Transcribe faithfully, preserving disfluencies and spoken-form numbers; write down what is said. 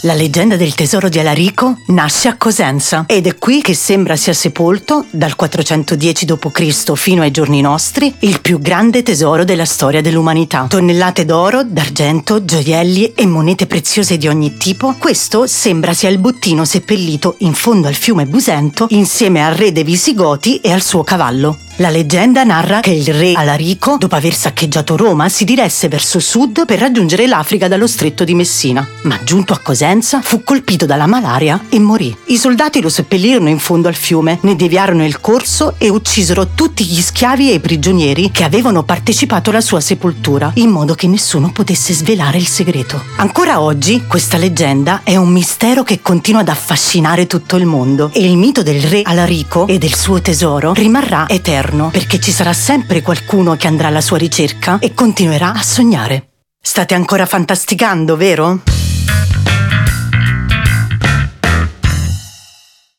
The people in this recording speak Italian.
La leggenda del tesoro di Alarico nasce a Cosenza ed è qui che sembra sia sepolto, dal quattrocentodieci dopo Cristo fino ai giorni nostri, il più grande tesoro della storia dell'umanità. Tonnellate d'oro, d'argento, gioielli e monete preziose di ogni tipo, questo sembra sia il bottino seppellito in fondo al fiume Busento insieme al re dei Visigoti e al suo cavallo. La leggenda narra che il re Alarico, dopo aver saccheggiato Roma, si diresse verso sud per raggiungere l'Africa dallo stretto di Messina. Ma giunto a Cosenza fu colpito dalla malaria e morì. I soldati lo seppellirono in fondo al fiume, ne deviarono il corso e uccisero tutti gli schiavi e i prigionieri che avevano partecipato alla sua sepoltura, in modo che nessuno potesse svelare il segreto. Ancora oggi questa leggenda è un mistero che continua ad affascinare tutto il mondo e il mito del re Alarico e del suo tesoro rimarrà eterno, perché ci sarà sempre qualcuno che andrà alla sua ricerca e continuerà a sognare. State ancora fantasticando, vero?